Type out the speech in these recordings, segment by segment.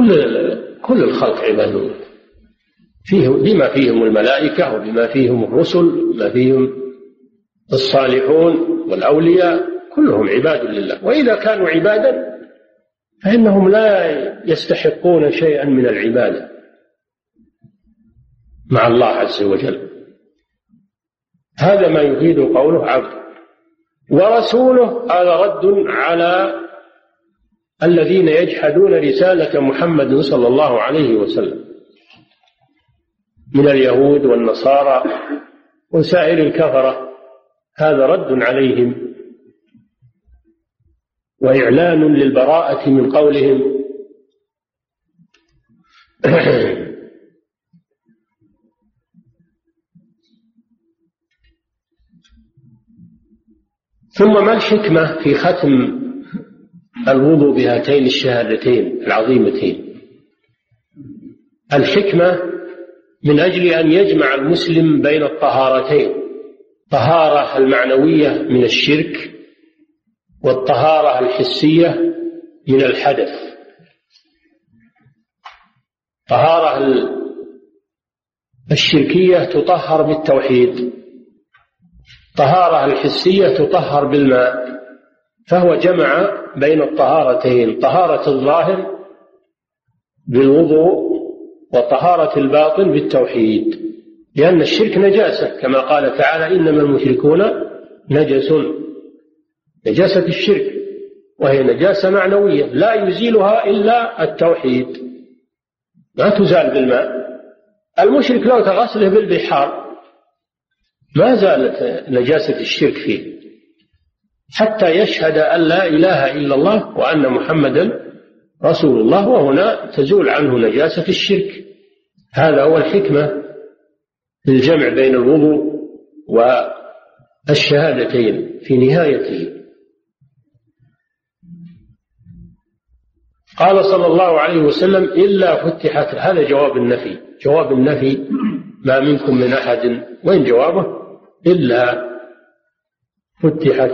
كل الخلق عباد فيه، بما فيهم الملائكة وبما فيهم الرسل، بما فيهم الصالحون والأولياء، كلهم عباد لله. وإذا كانوا عبادا فإنهم لا يستحقون شيئا من العبادة مع الله عز وجل. هذا ما يفيد قوله عبد. ورسوله هذا رد على الذين يجحدون رسالة محمد صلى الله عليه وسلم من اليهود والنصارى وسائر الكفرة، هذا رد عليهم وإعلان للبراءة من قولهم. ثم ما الحكمة في ختم الوضوء بهاتين الشهادتين العظيمتين؟ الحكمة من أجل أن يجمع المسلم بين الطهارتين، الطهارة المعنوية من الشرك والطهارة الحسية من الحدث. الطهارة الشركية تطهر بالتوحيد، الطهارة الحسية تطهر بالماء، فهو جمع بين الطهارتين، طهارة الظاهر بالوضوء وطهارة الباطن بالتوحيد، لأن الشرك نجاسة كما قال تعالى إنما المشركون نجس، نجاسة الشرك، وهي نجاسة معنوية لا يزيلها إلا التوحيد، لا تزال بالماء. المشرك لو تغسله بالبحار ما زالت نجاسة الشرك فيه حتى يشهد أن لا إله إلا الله وأن محمدا رسول الله، وهنا تزول عنه نجاسة الشرك. هذا هو الحكمة للجمع بين الوضوء والشهادتين في نهايته. قال صلى الله عليه وسلم إلا فتحت، هذا جواب النفي، جواب النفي ما منكم من أحد، وين جوابه؟ إلا فتحت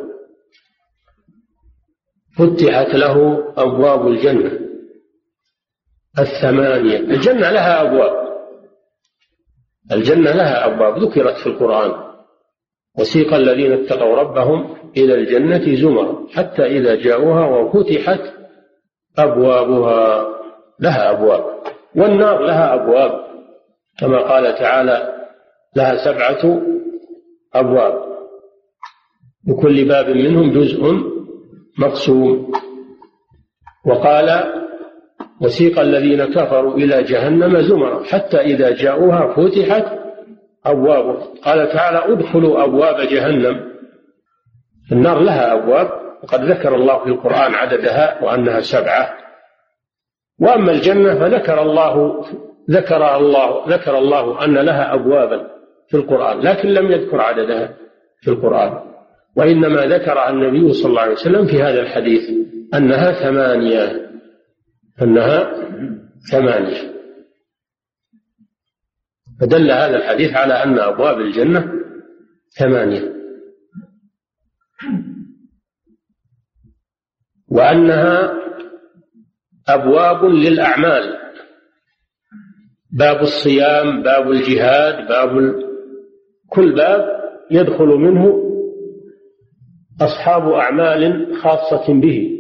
له أبواب الجنة الثمانية. الجنة لها أبواب، الجنة لها أبواب ذكرت في القرآن، وسيق الذين اتقوا ربهم إلى الجنة زمرا حتى إذا جاءوها وفتحت أبوابها، لها أبواب. والنار لها أبواب كما قال تعالى لها 7 أبواب لكل باب منهم جزء مقسوم. وقال وسيق الذين كفروا إلى جهنم زمرا حتى إذا جاءوها فتحت أبوابها. قال تعالى ادخلوا أبواب جهنم. النار لها أبواب، وقد ذكر الله في القرآن عددها وأنها 7. وأما الجنة فذكر الله أن لها أبوابا في القرآن، لكن لم يذكر عددها في القرآن، وإنما ذكر النبي صلى الله عليه وسلم في هذا الحديث أنها 8. فدل هذا الحديث على أن أبواب الجنة 8، وأنها أبواب للأعمال، باب الصيام، باب الجهاد، كل باب يدخل منه أصحاب أعمال خاصة به،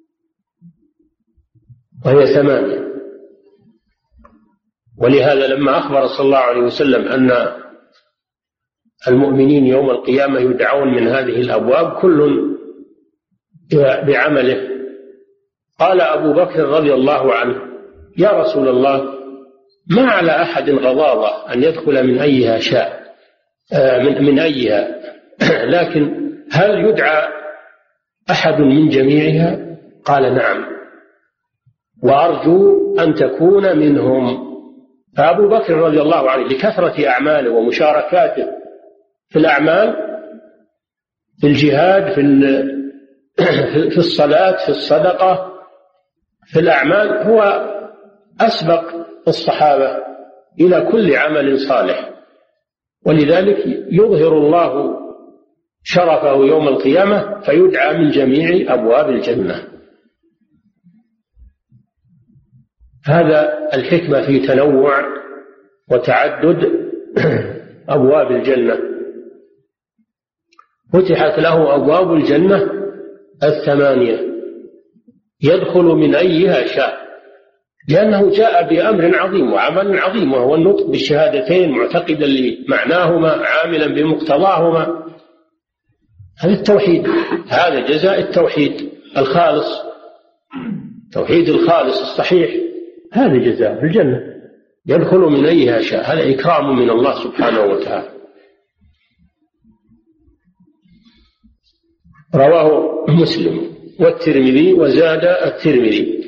وهي 8. ولهذا لما أخبر صلى الله عليه وسلم أن المؤمنين يوم القيامة يدعون من هذه الأبواب كل بعمله، قال أبو بكر رضي الله عنه يا رسول الله ما على أحد غضاضة أن يدخل من أيها شاء من أيها، لكن هل يدعى أحد من جميعها؟ قال نعم، وأرجو أن تكون منهم. فأبو بكر رضي الله عنه لكثرة أعماله ومشاركاته في الأعمال، في الجهاد، في الصلاة، في الصدقة، في الأعمال، هو أسبق الصحابة إلى كل عمل صالح، ولذلك يظهر الله شرفه يوم القيامة فيدعى من جميع أبواب الجنة. هذا الحكمة في تنوع وتعدد أبواب الجنة. فتحت له أبواب الجنة 8 يدخل من أيها شاء، لأنه جاء بأمر عظيم وعمل عظيم، وهو النطق بالشهادتين معتقدا لمعناهما عاملا بمقتضاهما. هذا التوحيد، هذا جزاء التوحيد الخالص، توحيد الخالص الصحيح، هذا جزاء في الجنة، يدخل من أيها شاء. هذا إكرام من الله سبحانه وتعالى. رواه مسلم والترمذي، وزاد الترمذي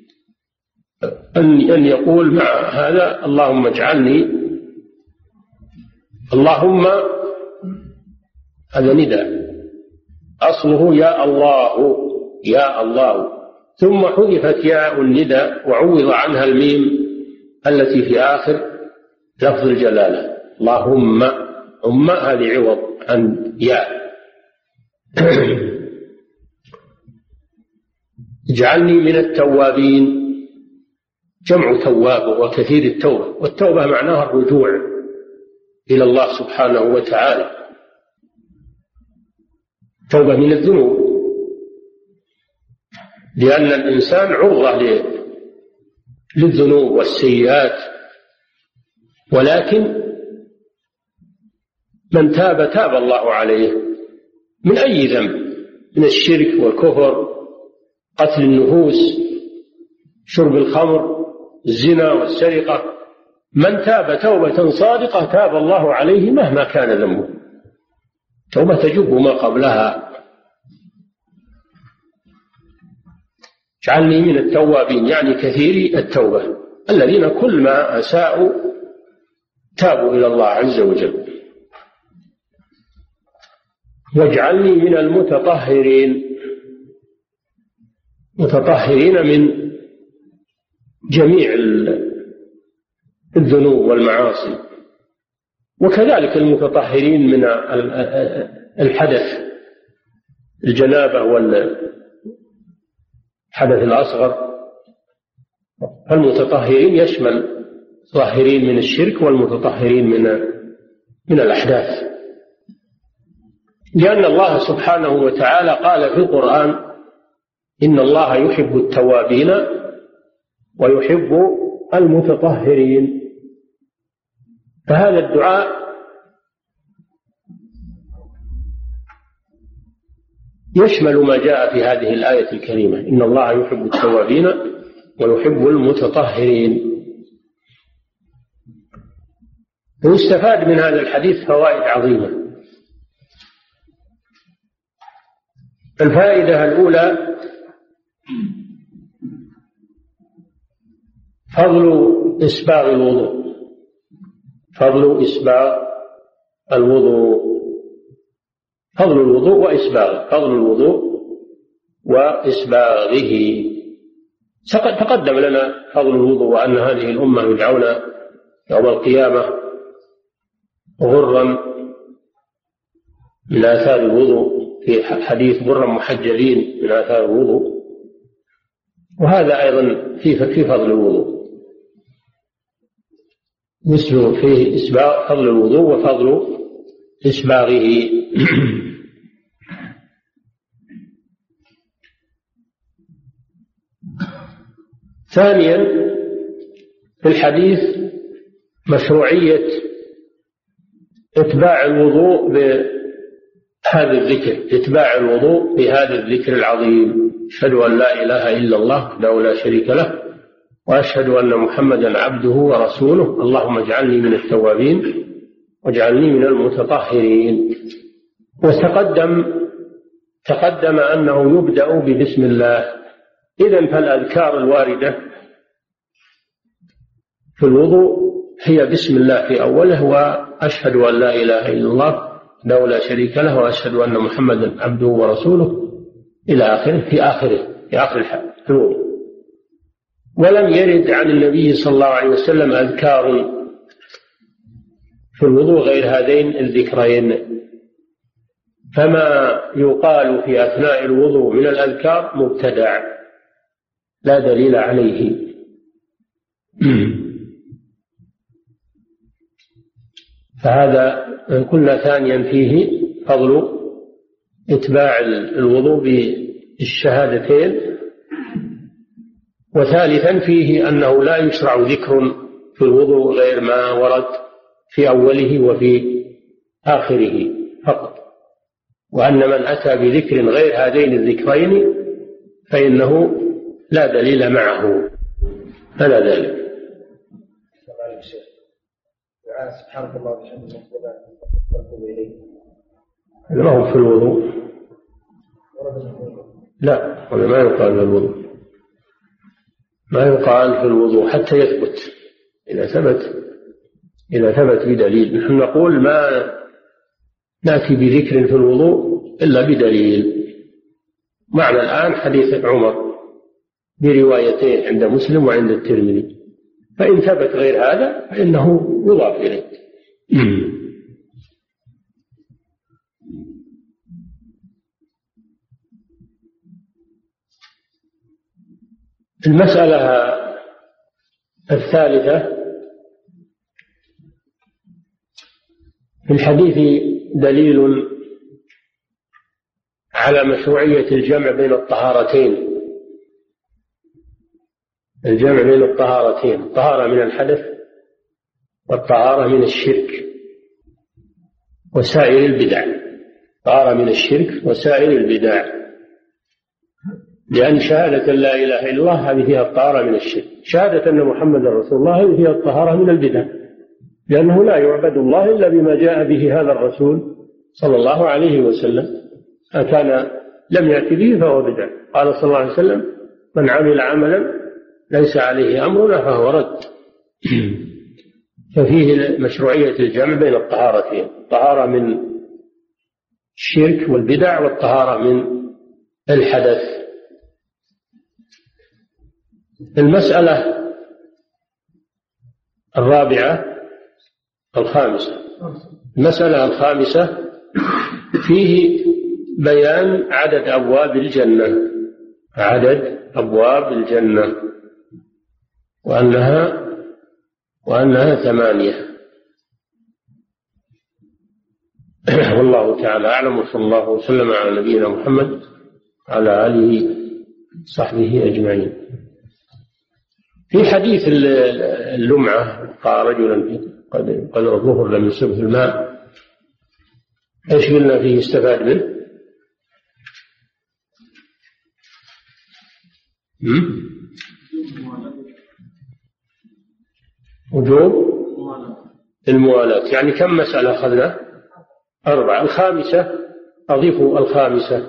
أن يقول مع هذا اللهم اجعلني، اللهم هذا نداء أصله يا الله يا الله، ثم حذفت ياء النداء وعوض عنها الميم التي في آخر لفظ الجلالة. اللهم هذه عوض عن ياء. اجعلني من التوابين، جمع تواب وكثير التوبة، والتوبة معناها الرجوع إلى الله سبحانه وتعالى، توبة من الذنوب، لأن الإنسان عرضة للذنوب والسيئات، ولكن من تاب تاب الله عليه من أي ذنب، من الشرك والكفر، قتل النفوس، شرب الخمر، الزنا والسرقة. من تاب توبة صادقة تاب الله عليه مهما كان ذنبه، توبة تجب ما قبلها. اجعلني من التوابين يعني كثيري التوبة، الذين كل ما أساءوا تابوا إلى الله عز وجل. واجعلني من المتطهرين، متطهرين من جميع الذنوب والمعاصي، وكذلك المتطهرين من الحدث، الجنابة والحدث الأصغر. فالمتطهرين يشمل طاهرين من الشرك والمتطهرين من الأحداث، لأن الله سبحانه وتعالى قال في القرآن إن الله يحب التوابين ويحب المتطهرين. فهذا الدعاء يشمل ما جاء في هذه الآية الكريمة، إن الله يحب التوابين ويحب المتطهرين. ويستفاد من هذا الحديث فوائد عظيمة. الفائدة الأولى فضل إسباغ الوضوء، فضل إسباغ الوضوء، فضل الوضوء وإسباغه، فضل الوضوء وإسباغه. تقدم لنا فضل الوضوء وأن هذه الأمة يدعون يوم القيامة غرا من آثار الوضوء، في حديث غرا محجلين من آثار الوضوء، وهذا أيضا في فضل الوضوء، مثل فيه إسباغ فضل الوضوء وفضل إسباغه. ثانيا في الحديث مشروعية إتباع الوضوء بهذا الذكر، إتباع الوضوء بهذا الذكر العظيم: أشهد أن لا إله إلا الله وحده لا شريك له، وأشهد أن محمدا عبده ورسوله، اللهم اجعلني من التوابين واجعلني من المتطهرين. تقدم أنه يبدأ ببسم الله. إذن فالأذكار الواردة في الوضوء هي بسم الله في أوله، وأشهد أن لا إله إلا الله وحده لا شريك له، وأشهد أن محمدا عبده ورسوله إلى آخره، في آخر الوضوء. ولم يرد عن النبي صلى الله عليه وسلم أذكار في الوضوء غير هذين الذكرين، فما يقال في أثناء الوضوء من الأذكار مبتدع لا دليل عليه. فهذا قلنا ثانيا فيه فضل إتباع الوضوء بالشهادتين. وثالثا فيه أنه لا يشرع ذكر في الوضوء غير ما ورد في أوله وفي آخره فقط، وأن من أتى بذكر غير هذين الذكرين فإنه لا دليل معه، فلا دليل. سبحانك الله وبحمدك ونتوب إليك. ما هو في الوضوء؟ لا، هذا ما يقال في الوضوء، ما يقال في الوضوء حتى يثبت. إذا ثبت بدليل. نحن نقول ما نأتي بذكر في الوضوء إلا بدليل. معنى الآن حديث عمر بروايتين عند مسلم وعند الترمذي، فإن ثبت غير هذا فإنه يضاف إليه. المسألة الثالثة: في الحديث دليل على مشروعية الجمع بين الطهارتين. الجمع بين الطهارتين، الطهارة من الحدث والطهارة من الشرك وسائر البدع. طهارة من الشرك وسائر البدع، لأن شهادة لا إله إلا الله هذه فيها الطهارة من الشرك، شهادة أن محمد رسول الله هذه فيها الطهارة من البدع، لأنه لا يعبد الله إلا بما جاء به هذا الرسول صلى الله عليه وسلم. كان لم يأتي به فهو بدع. قال صلى الله عليه وسلم: من عمل عملا ليس عليه أمرنا فهو رد. ففيه مشروعية الجمع بين الطهارتين، الطهارة من الشرك والبدع والطهارة من الحدث. المسألة المسألة الخامسة فيه بيان عدد أبواب الجنة، وأنها 8. والله تعالى أعلم، وصلى الله وسلم على نبينا محمد وعلى آله وصحبه أجمعين. في حديث اللمعة قال رجلا قال الظهر لم يصبه الماء، ايش قلنا فيه استفاد منه؟ وجوب الموالاة. يعني كم مسألة أخذنا؟ 4. الخامسة، أضيف الخامسة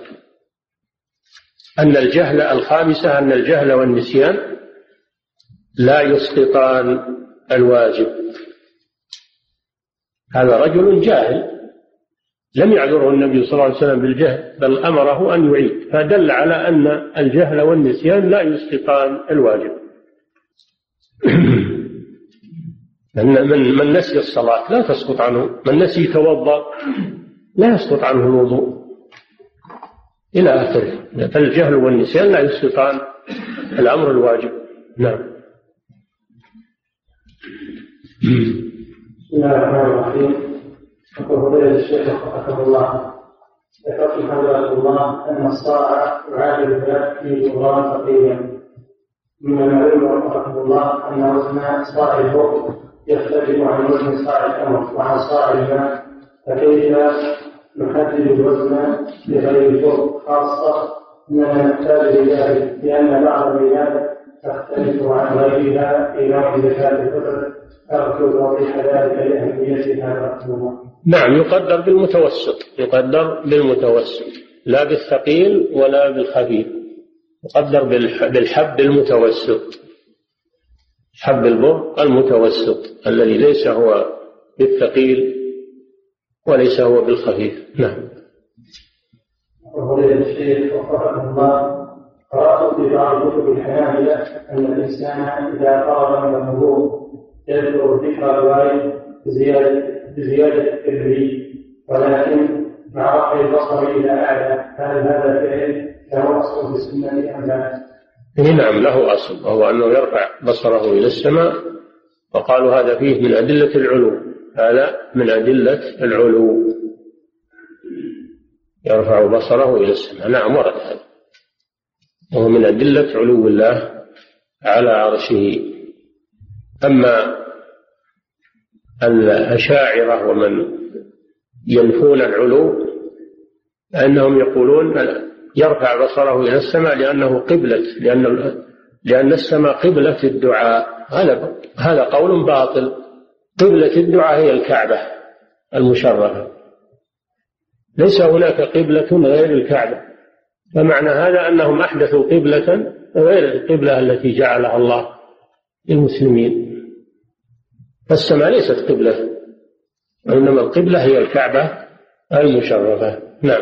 أن الجهل والنسيان لا يسقطان الواجب. هذا رجل جاهل لم يعذره النبي صلى الله عليه وسلم بالجهل، بل أمره أن يعيد، فدل على أن الجهل والنسيان لا يسقطان الواجب. من نسي الصلاة لا تسقط عنه، من نسي يتوضأ لا يسقط عنه الوضوء، إلى آخره. فالجهل والنسيان لا يسقطان الأمر الواجب. نعم. بسم الله الرحمن الرحيم. يقول فضيلة الشيخ رحمه الله: ذكرت حضرة الله أن الصاع يعادل 3 جرام تقريبا، من المعلوم رحمه الله أن وزن صاع البر يختلف عن وزن صاع التمر وعن صاع الماء، فكيف نحدد الوزن لغير البر خاصة أننا نحتاج لذلك، لأن بعض البلاد تختلف عن غيرها في نوع زكاة الفطر. أرجو توضيح ذلك لأهميتها رحمه. نعم، يقدر بالمتوسط، لا بالثقيل ولا بالخفيف، يقدر بالحب المتوسط، حب البر المتوسط الذي ليس هو بالثقيل وليس هو بالخفيف. نعم. فضيلة الشيخ وفقه الله: قرأت في بعض كتب الحنابلة أن الإنسان إذا قرأ من الوضوء يذكر ذكر الوارد بزيادة التدريج، ولكن مع رفع البصر إلى أعلى، هل هذا فعل كما أصل في السنة أم لا؟ نعم له أصل، وهو أنه يرفع بصره إلى السماء، وقالوا هذا فيه من أدلة العلو، هذا من أدلة العلو، يرفع بصره إلى السماء. نعم ورد هذا، وهو من أدلة علو الله على عرشه. أما الأشاعرة ومن ينفون العلو أنهم يقولون يرفع بصره إلى السماء لأنه قبلة، لأن السماء قبلة الدعاء. هذا قول باطل. قبلة الدعاء هي الكعبة المشرفة، ليس هناك قبلة غير الكعبة. فمعنى هذا أنهم أحدثوا قبلة غير القبلة التي جعلها الله للمسلمين. فالسماء ليست قبلة، وإنما القبلة هي الكعبة المشرفة. نعم.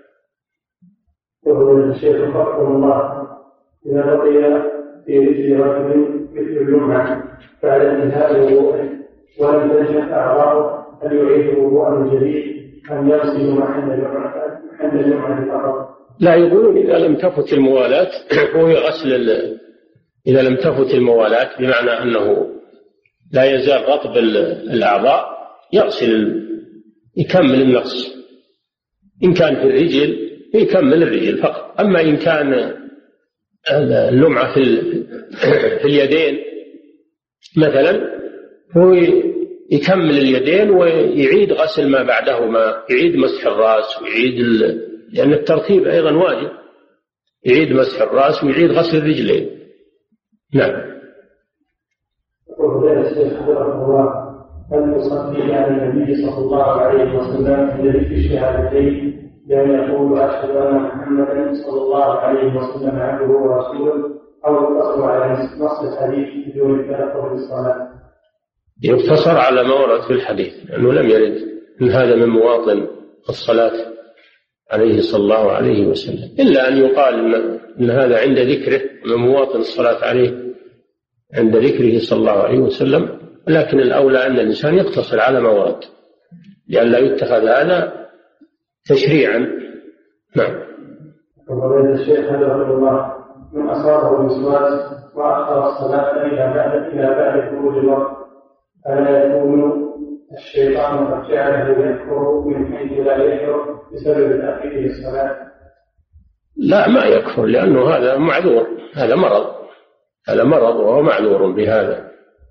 يقول الشيخ رحمه الله: إذا بقي في رجل رجل مثل الجمعة بعد انتهاء وضوءه ولم تنشأ أعضاؤه، هل يعيد وضوءا من جديد أم يغسل محل الجمعة فقط؟ لا، يقولون إذا لم تفت الموالاة هو يغسل. إذا لم تفت الموالاة بمعنى أنه لا يزال رطب الأعضاء، يغسل، يكمل النقص. إن كان في الرجل يكمل الرجل فقط. أما إن كان اللمعة في اليدين مثلا، هو يكمل اليدين ويعيد غسل ما بعدهما، يعيد مسح الرأس ويعيد لأن الترتيب أيضا واجب، يعيد مسح الرأس ويعيد غسل الرجلين. نعم. هل يصلي على النبي صلى الله عليه وسلم الذي في الشهادتين بأن يقول أشهد أن محمدا صلى الله عليه وسلم عبده ورسوله، أو يقتصر على نص الحديث بدون التأثر بالصلاة؟ يقتصر على ما ورد في الحديث، لأنه لم يرد أن هذا من مواطن الصلاة عليه صلى الله عليه وسلم، إلا أن يقال إن هذا عند ذكره، من مواطن الصلاة عليه عند ذكره صلى الله عليه وسلم. لكن الأولى أن الإنسان يقتصر على ما ورد، لأن لا يتخذ هذا تشريعا. نعم. وقال الشيخ حفظه الله: من أصابه الوسواس وأخر الصلاة إلى بعد خروج الوقت، ألا يكون الشيطان قد جعله يكفر من حيث لا يشعر بسبب تأخيره الصلاة؟ لا، ما يكفر، لأنه هذا معذور، هذا مرض وهو معذور بهذا،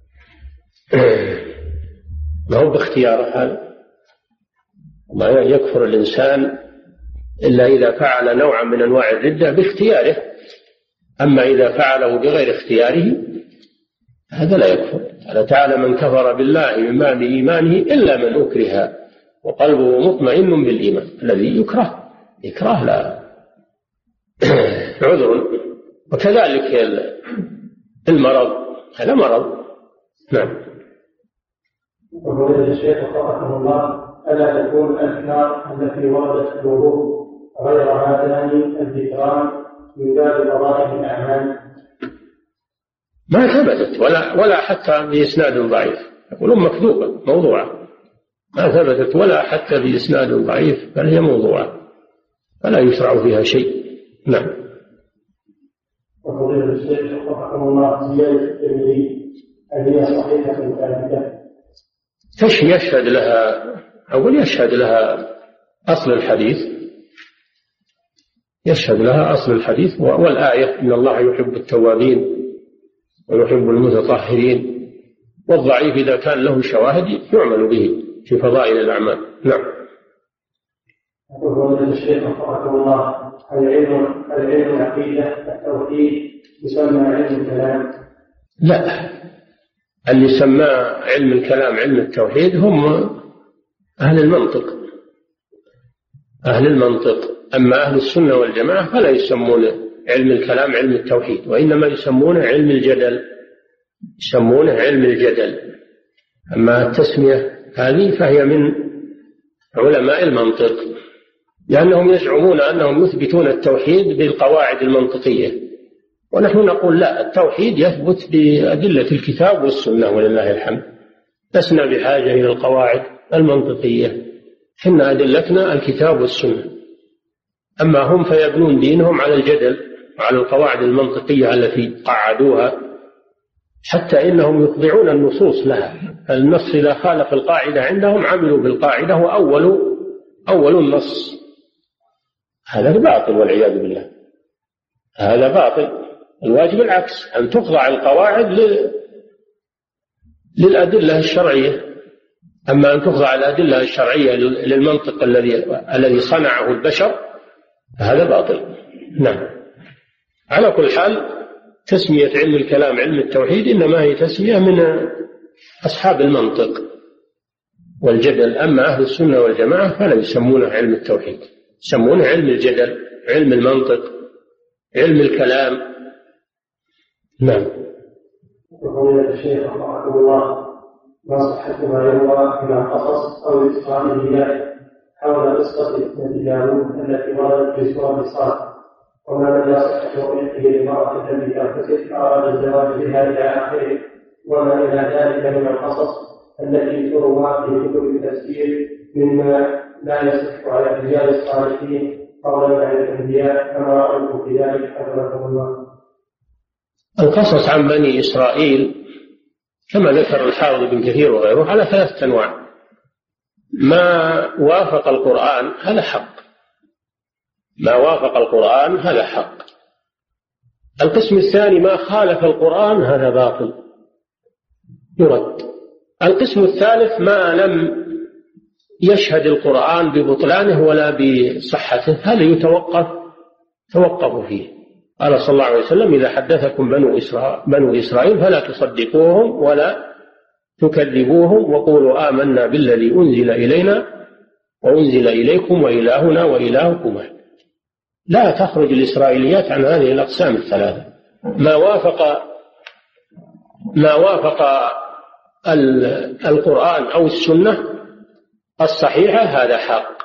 ما هو باختياره هذا. ما يكفر الإنسان إلا إذا فعل نوعا من أنواع الردة باختياره، أما إذا فعله بغير اختياره هذا لا يكفر. قال تعالى: من كفر بالله من بعد إيمانه إلا من أكره وقلبه مطمئن بالإيمان. الذي يكره لا عذر. وكذلك المرض، هذا مرض. نعم. وقال الشيخ رحمه الله: ألا تكون الأذكار التي وردت في الوضوء غير هذان الذكران من باب فضائل الأعمال؟ ما ثبتت ولا حتى بإسناد ضعيف، يقولون مكذوبة موضوعة، ما ثبتت ولا حتى بإسناد ضعيف، بل هي موضوعة فلا يشرع فيها شيء. نعم. وقال الشيخ رحمه الله: زيادة الترمذي هل هي صحيحة ثابتة؟ يشهد لها، أول يشهد لها أصل الحديث، يشهد لها أصل الحديث والآية: إن الله يحب التوابين ويحب المتطهرين. والضعيف إذا كان له شواهد يعمل به في فضائل الأعمال. نعم. يقول الشيخ رحمه الله: العلم العقيدة التوحيد يسمى علم الكلام؟ لا، اللي سماه علم الكلام علم التوحيد هم أهل المنطق. أما أهل السنة والجماعة فلا يسمون علم الكلام علم التوحيد، وإنما يسمونه علم الجدل. أما التسمية هذه فهي من علماء المنطق، لأنهم يزعمون أنهم يثبتون التوحيد بالقواعد المنطقية، ونحن نقول لا، التوحيد يثبت بأدلة الكتاب والسنة ولله الحمد، لسنا بحاجة إلى القواعد المنطقية، إن أدلتنا الكتاب والسنة. أما هم فيبنون دينهم على الجدل وعلى القواعد المنطقية التي قعدوها، حتى إنهم يخضعون النصوص لها. النص إذا خالف القاعدة عندهم عملوا بالقاعدة وأول النص. هذا باطل والعياذ بالله، هذا باطل. الواجب العكس، أن تخضع القواعد للأدلة الشرعية. أما أن تخضع الأدلة الشرعية للمنطق الذي صنعه البشر هذا باطل. نعم. على كل حال تسمية علم الكلام علم التوحيد إنما هي تسمية من أصحاب المنطق والجدل. أما أهل السنة والجماعة فلا يسمونه علم التوحيد، يسمونه علم الجدل، علم المنطق، علم الكلام. نعم. وقال الشيخ رحمه الله: ما صحة ما يروى من القصص أو الإسرائيليات حول قصة ابنة داوود التي وردت في سورة صاد، وما مدى صحة رؤيته للمرأة التي تغتسل فأراد الزواج بها إلى آخره، وما إلى ذلك من القصص التي تروى في كتب التفسير مما لا يصح على الرجال الصالحين قولا عن الأنبياء، كما رأيت في ذلك حفظكم الله. القصص عن بني إسرائيل كما ذكر الحافظ بن كثير وغيره على 3 أنواع: ما وافق القرآن هذا حق، ما وافق القرآن هذا حق. القسم الثاني ما خالف القرآن هذا باطل يرد. القسم الثالث ما لم يشهد القرآن ببطلانه ولا بصحته هذا يتوقف فيه. قال صلى الله عليه وسلم: إذا حدثكم بنو إسرائيل فلا تصدقوهم ولا تكذبوهم وقولوا آمنا بالذي أنزل إلينا وأنزل إليكم وإلهنا وإلهكم واحد. لا تخرج الإسرائيليات عن هذه الأقسام الثلاثة. ما وافق القرآن أو السنة الصحيحة هذا حق،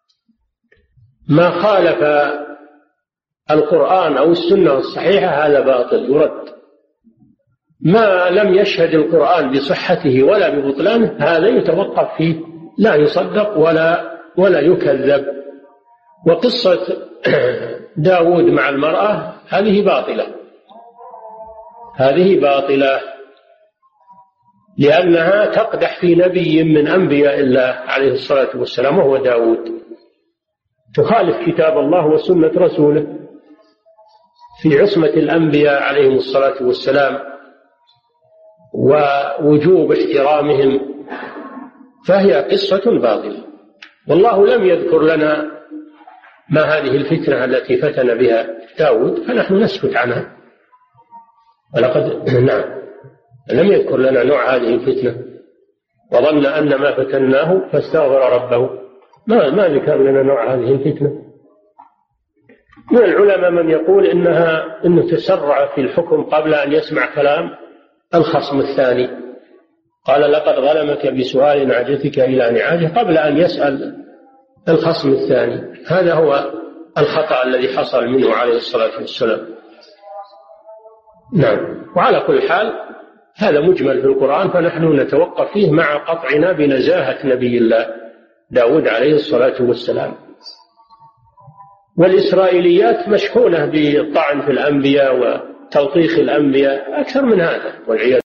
ما خالف القرآن أو السنة الصحيحة هذا باطل يرد. ما لم يشهد القرآن بصحته ولا ببطلانه هذا يتوقف فيه، لا يصدق ولا يكذب. وقصة داود مع المرأة هذه باطلة لأنها تقدح في نبي من أنبياء الله عليه الصلاة والسلام وهو داود، تخالف كتاب الله وسنة رسوله في عصمة الأنبياء عليهم الصلاة والسلام ووجوب احترامهم، فهي قصة باطلة. والله لم يذكر لنا ما هذه الفتنة التي فتن بها داود فنحن نسكت عنها. ولقد لم يذكر لنا نوع هذه الفتنة، وظن أن ما فتناه فاستغفر ربه. ما ذكر لنا نوع هذه الفتنة. من العلماء من يقول إنه تسرع في الحكم قبل أن يسمع كلام الخصم الثاني. قال: لقد ظلمك بسؤال نعجتك إلى نعاجه قبل أن يسأل الخصم الثاني. هذا هو الخطأ الذي حصل منه عليه الصلاة والسلام. نعم. وعلى كل حال هذا مجمل في القرآن، فنحن نتوقف فيه مع قطعنا بنزاهة نبي الله داود عليه الصلاة والسلام. والإسرائيليات مشحونة بالطعن في الأنبياء وتلطيخ الأنبياء أكثر من هذا والعياذ